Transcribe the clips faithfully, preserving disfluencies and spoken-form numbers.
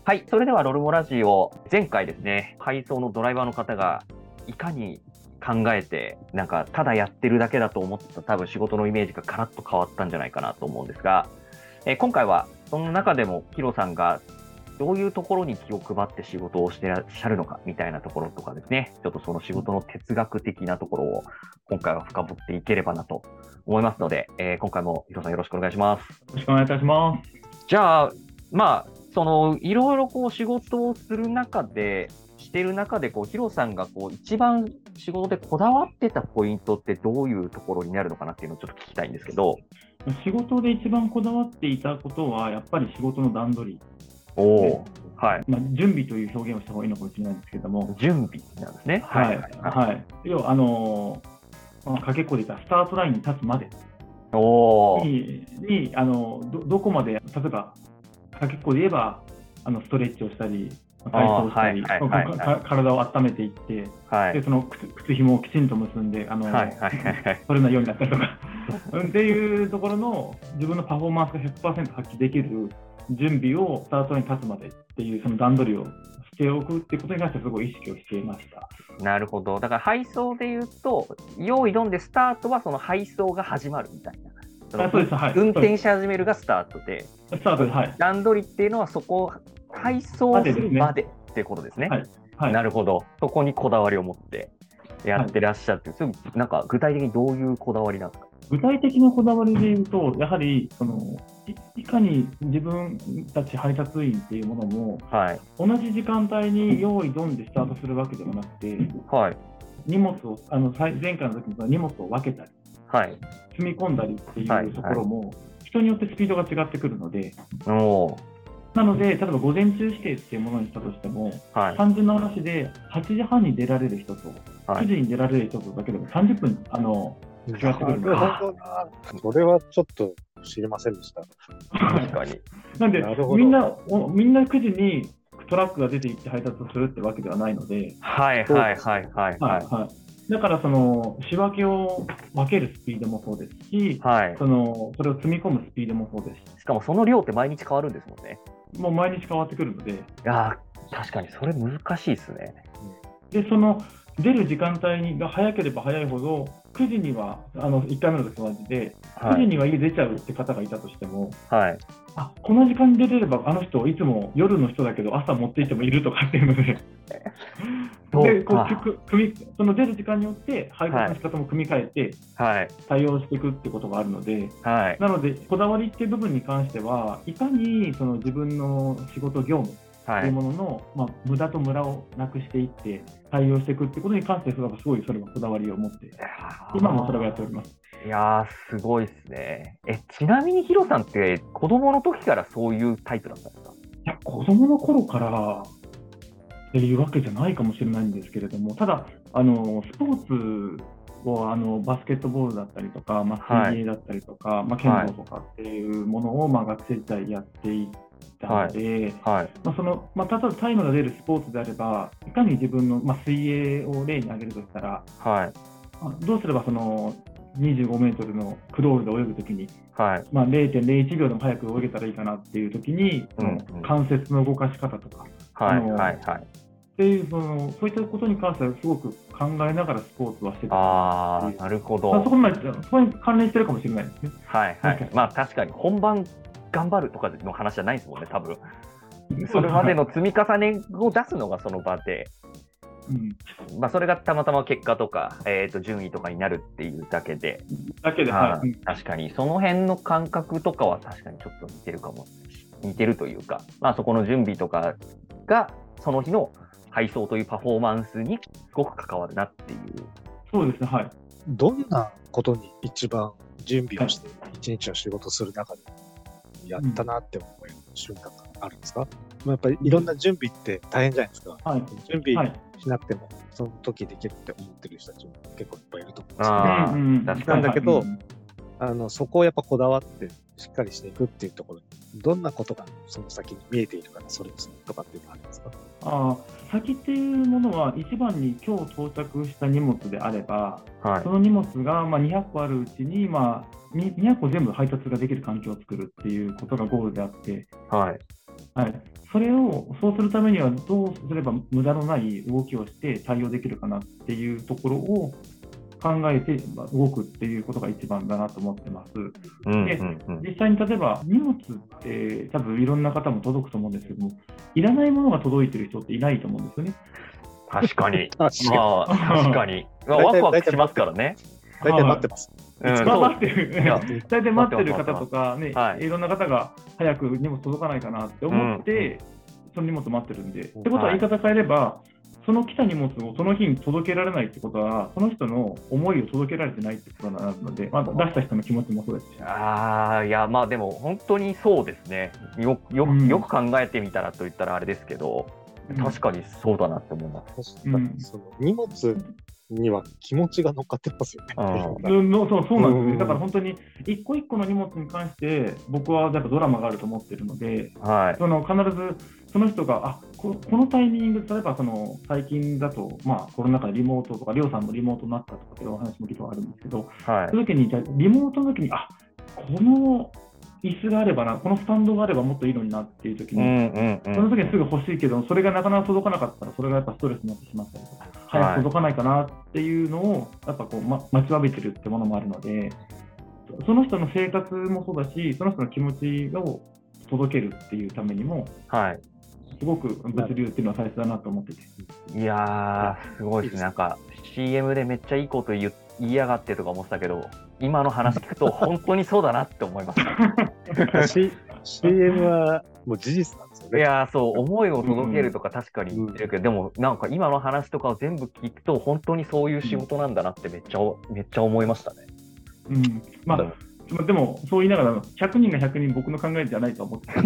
はい、それではロルモラジオ、前回ですね、配送のドライバーの方がいかに考えて、なんかただやってるだけだと思ってた多分仕事のイメージがカラッと変わったんじゃないかなと思うんですが、えー今回はその中でもヒロさんがどういうところに気を配って仕事をしてらっしゃるのかみたいなところとかですね、ちょっとその仕事の哲学的なところを今回は深掘っていければなと思いますので、えー今回もヒロさんよろしくお願いします。 よろしくお願いいたします。 じゃあ、まあ、そのいろいろこう仕事をする中で、してる中でこう、ヒロさんがこう一番仕事でこだわってたポイントってどういうところになるのかなっていうのをちょっと聞きたいんですけど。 仕事で一番こだわっていたことは、やっぱり仕事の段取りおで、 お、はい。 まあ、準備という表現をした方がいいのかもしれないんですけれども、 準備なんですね。 はい、 はい。 はい。要は、あのーまあ、かけっこで言ったらスタートラインに立つまでおお、 に、にあのど、どこまで、例えば、かけっこで言えば、あのストレッチをしたり、体操をしたり、 はいはいはいはいかか体を温めていって、 はい。 でその靴靴紐をきちんと結んで、あのはいはいはいはい取れないようになったりとかっていうところの自分のパフォーマンスがひゃくパーセント発揮できる準備をスタートに立つまでっていうその段取りをしておくってことに関してはすごい意識をしていました。 なるほど。だから配送で言うと、用意ドンでスタートはその配送が始まるみたいな。そのあそうです、はい。 運転し始めるがスタートで、 スタートで、はい。 段取りっていうのはそこを配送するまでってことですね。 はい。はい。 なるほど。そこにこだわりを持ってやってらっしゃるっていう、はい、なんか具体的にどういうこだわりなんですか？ 具体的なこだわりで言うと、やはりその い, いかに自分たち配達員っていうものも、はい、同じ時間帯に用意ドンでスタートするわけではなくて、はい、荷物をあの前回の時に荷物を分けたり、はい、積み込んだりっていうところも、はいはい、人によってスピードが違ってくるので、おなので、例えば午前中指定っていうものにしたとしても、はい、単純な話ではちじはんに出られる人と、はい、くじに出られる人とだけでもさんじゅっぷんあの違ってくるんです。 それはちょっと知りませんでした。 確かに。 なんでみんなみんなくじにトラックが出て行って配達をするってわけではないので、 はいはいはいはいはい。 はい、だからその仕分けを分けるスピードもそうですし、はい、そのそれを積み込むスピードもそうですし、 しかもその量って毎日変わるんですもんね。 もう毎日変わってくるので。いや確かにそれ難しいですね。 でその出る時間帯が早ければ早いほど、くじにはあのいっかいめの時と同じで、はい、くじには家出ちゃうって方がいたとしても、はい、あこの時間に出れればあの人いつも夜の人だけど朝持っていってもいるとかっていうのででこう組みその出る時間によって配達の仕方も組み替えて対応していくってことがあるので、はい、なのでこだわりっていう部分に関してはいかにその自分の仕事業務というものの、はいまあ、無駄とムラをなくしていって対応していくってことに関してすごいそれはこだわりを持って今もそれをやっております。 いやーすごいですね。えちなみにヒロさんって子供の時からそういうタイプだったんですか？ いや子供の頃からっていうわけじゃないかもしれないんですけれども、ただあのスポーツをあのバスケットボールだったりとか、まあ、水泳だったりとか、はいまあ、剣道とかっていうものを、まあ、学生時代やっていたので、はいはいまあそのまあ、例えばタイムが出るスポーツであればいかに自分の、まあ、水泳を例に挙げるとしたら、はいまあ、どうすればそのにじゅうごメートルのクロールで泳ぐときに、はいまあ、れいてんれいいちびょうでも早く泳げたらいいかなっていうときに、うんうん、関節の動かし方とか、はいはいはい、っていうそのそういったことに関してはすごく考えながらスポーツはしてた。 あーなるほど、 まあ、そこまでそこに関連してるかもしれないですね。 はいはい、まあ確かに本番頑張るとかの話じゃないですもんね多分。それまでの積み重ねを出すのがその場で、うんまあ、それがたまたま結果とか、えー、と順位とかになるっていうだけで、 だけで、 はい、確かにその辺の感覚とかは確かにちょっと似てるかも似てるというか、まあ、そこの準備とかがその日の配送というパフォーマンスにすごく関わるなっていう。 そうですね、はい。 どんなことに一番準備をして一日の仕事する中でやったなって思える瞬間があるんですか？うん、やっぱりいろんな準備って大変じゃないですか。はい、準備しなくてもその時できるって思ってる人たちも結構いっぱいいると思うんですよね。あうん、確かにだけど、あのそこをやっぱこだわってしっかりしていくっていうところにどんなことがその先に見えているからそれですねとかっていうのはありますか？ あ先っていうものは一番に今日到着した荷物であれば、はい、その荷物がまあにひゃっこあるうちに、まあ、にひゃっこ全部配達ができる環境を作るっていうことがゴールであって、はいはい、 それをそうするためにはどうすれば無駄のない動きをして対応できるかなっていうところを考えて動くっていうことが一番だなと思ってます。 うんうんうん、 で実際に例えば荷物って多分いろんな方も届くと思うんですけども、いらないものが届いてる人っていないと思うんですよね。 確かに。 確かに。 まあ、確かに。まあ、ワクワクしますからね。 大体待ってます。 うん、まあ、待ってる。大体待ってる方とかね、はい、いろんな方が早く荷物届かないかなって思って、うん、その荷物待ってるんで。ってことは言い方変えれば、その来た荷物をその日に届けられないってことは、その人の思いを届けられてないってことになるので、まあ、出した人の気持ちもそうですし。 ああ、いや、まあでも本当にそうですね。よよく、よく考えてみたらと言ったらあれですけど、うん、確かにそうだなって思います。 確かに、その荷物には気持ちが乗っかってますよね。 うん、そう、そうなんですね。だから本当に一個一個の荷物に関して僕はやっぱドラマがあると思ってるので、はい、その必ずその人があ こ, このタイミング、例えばその最近だと、まあ、コロナ禍でリモートとか、りょうさんもリモートになったとかっていうお話も聞いたことあるんですけど、はい、その時にじゃリモートの時にあこの椅子があればな、このスタンドがあればもっといいのになっていう時に、うんうんうん、その時にすぐ欲しいけど、それがなかなか届かなかったら、それがやっぱストレスになってしまったりとか、はい、早く届かないかなっていうのを、やっぱこう、ま、待ちわびてるってものもあるので、その人の生活もそうだし、その人の気持ちを届けるっていうためにも、はい、すごく物流っていうのは大切だなと思ってて。 いやー、すごいですね。なんか シーエム でめっちゃいいこと言言いやがってとか思ってたけど、今の話聞くと本当にそうだなって思いました。 シーエム はもう事実なんですよね。 いやー、そう、思いを届けるとか確かに言ってるけど、うん、でもなんか今の話とかを全部聞くと本当にそういう仕事なんだなってめっちゃ、めっちゃ思いましたね。 うん、まあでもそう言いながらひゃくにんがひゃくにん僕の考えじゃないと思って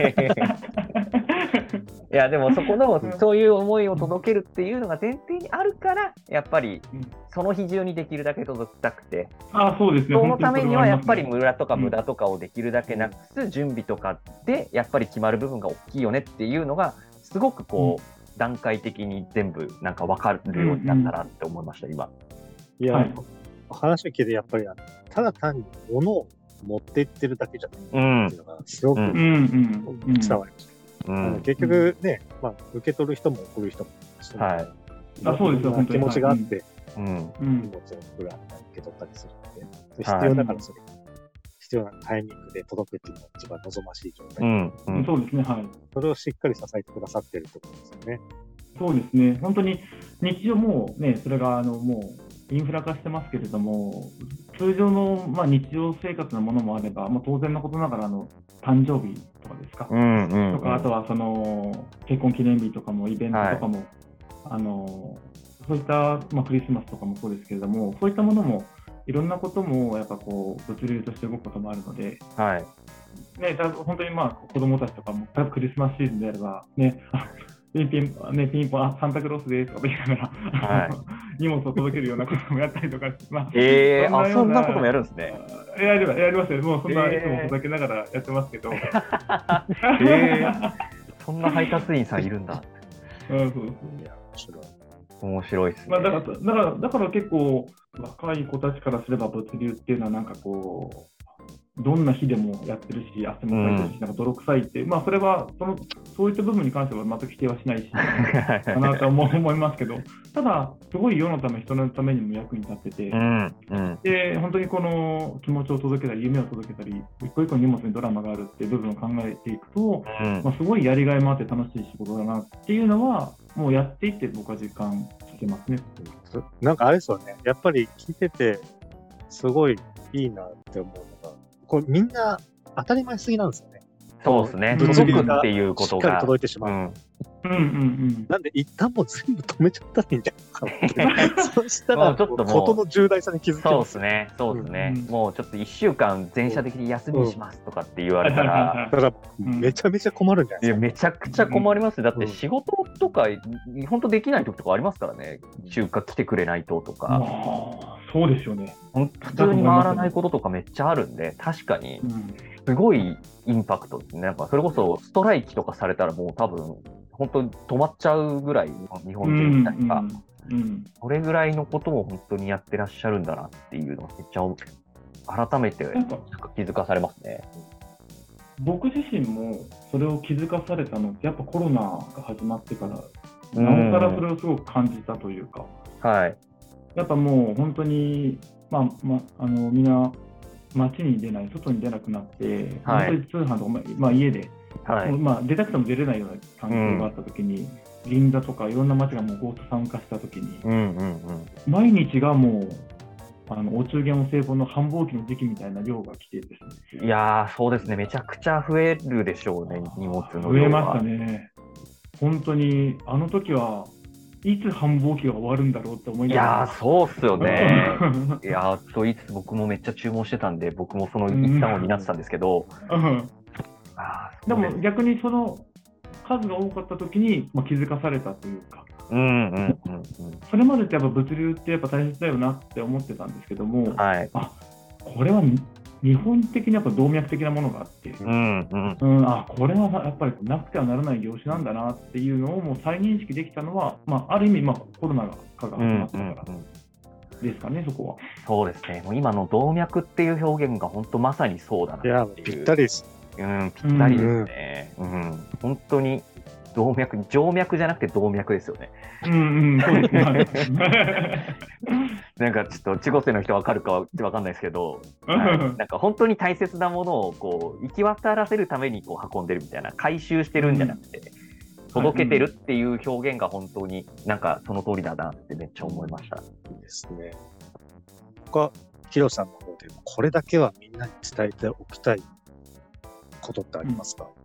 いやでもそこのそういう思いを届けるっていうのが前提にあるからやっぱりその日中にできるだけ届きたくて、 あそうですね、 そのためにはやっぱりムラとか無駄とかをできるだけなくす準備とかでやっぱり決まる部分が大きいよねっていうのがすごくこう段階的に全部なんか分かるようになったなって思いました今。 いや、はい、話を聞いてやっぱりただ単に物を持っていってるだけじゃないっていうのがすごく伝わりました。うん、結局ね、まあ、受け取る人も送る人も、 はい、あそうですよ、 本当に気持ちがあって、 うん、荷物を送らったり受け取ったりするので、必要だからそれが、はい、必要なタイミングで届くっていうのが一番望ましい状態、 うんうん、そうですね、はい。 それをしっかり支えてくださってるところですよね。 そうですね、本当に日常もね、それがあのもうインフラ化してますけれども、通常の、まあ、日常生活のものもあれば、まあ、当然のことながらあの誕生日とかですか、うんうんうん、とかあとはその結婚記念日とかもイベントとかも、はい、あのそういった、まあ、クリスマスとかもそうですけれども、そういったものもいろんなこともやっぱこう物流として動くこともあるので、はいね、だ本当にまあ子どもたちとかもクリスマスシーズンであればねピンピン、ね、ピンポン、あ、サンタクロースですとか言いながら、はい、荷物を届けるようなこともやったりとか、まあ、 えー、あ、そんなこともやるんですね。 やります、やりますよ。もうそんな、いつもふざけながらやってますけど。えー、そんな配達員さんいるんだ。 うん、そうそう。 いや、面白い。面白いですね。 まあ、だから、だから、だから結構、若い子たちからすれば物流っていうのはなんかこう、どんな日でもやってるし、汗もかいてるし、うん、なんか泥臭いって、まあ、それはその、そういった部分に関しては全く否定はしないし、かなと思いますけど、ただ、すごい世のため、人のためにも役に立ってて、うんうん、で、本当にこの気持ちを届けたり、夢を届けたり、一個一個荷物にドラマがあるっていう部分を考えていくと、うん、まあ、すごいやりがいもあって楽しい仕事だなっていうのは、もうやっていって僕は実感してますね。 なんかあれですよね、やっぱり聞いてて、すごいいいなって思うのが、これみんな当たり前すぎなんですよね。 そうですね。届くっていうことが。 しっかり届いてしまう。うんうんうんうん、 なんで一旦もう全部止めちゃったらいいんじゃないかな。そしたら、ちょっと事の重大さに気づきます。 そうですね。そうですね。うん、もうちょっといっしゅうかん全社的に休みにしますとかって言われたら、 だからめちゃめちゃ困るんじゃないですか。 いやめちゃくちゃ困ります。だって仕事とか本当できない時とかありますからね。中華来てくれないととか。 そうですよね。 普通に回らないこととかめっちゃあるんで、確かにすごいインパクトですね。なんかそれこそストライキとかされたらもう多分本当に止まっちゃうぐらい日本人みたいな、うんうん、それぐらいのことを本当にやってらっしゃるんだなっていうのをめっちゃ改めて気づかされますね。 僕自身もそれを気づかされたのってやっぱコロナが始まってからなおさらそれをすごく感じたというか、 はい、 やっぱもう本当に、まあまあ、あのみんな街に出ない、外に出なくなって、はい、本当に通販とか、まあ、家で、はい、まあ、出たくても出れないような環境があったときに、うん、銀座とかいろんな街がもう ゴート 参加したときに、うんうんうん、毎日がもうあのお中元お歳暮の繁忙期の時期みたいな量が来てですね。 いやー、そうですね、めちゃくちゃ増えるでしょうね、荷物の量は。 増えましたね。本当に、あの時はいつ繁忙期が終わるんだろうって思いながら。 いやー、そうっすよね。いやー、と言いつつ僕もめっちゃ注文してたんで、僕もその一端を担ってたんですけど。 うん、あでも逆にその数が多かった時に、まあ、気づかされたというか。うんうんうんうん、それまでってやっぱ物流ってやっぱ大切だよなって思ってたんですけども、はい、あこれは日本的にやっぱ動脈的なものがあって、うんうんうん、あこれはやっぱりなくてはならない業種なんだなっていうのをもう再認識できたのは、まあ、ある意味、まあ、コロナが始まったからですかね、うんうんうん、そこは。 そうですね、もう今の動脈っていう表現が本当まさにそうだなっていう。いやぴったりです、 うん、ぴったりですね、うんうん、本当に動脈、静脈じゃなくて動脈ですよね。うんうん、そうですね。なんかちょっと、千歳の人分かるかは分かんないですけど、はい、なんか本当に大切なものをこう行き渡らせるためにこう運んでるみたいな、回収してるんじゃなくて、うん、届けてるっていう表現が本当になんかその通りだなってめっちゃ思いました。 いいですね。他、ヒロさんの方でこれだけはみんなに伝えておきたいことってありますか？うん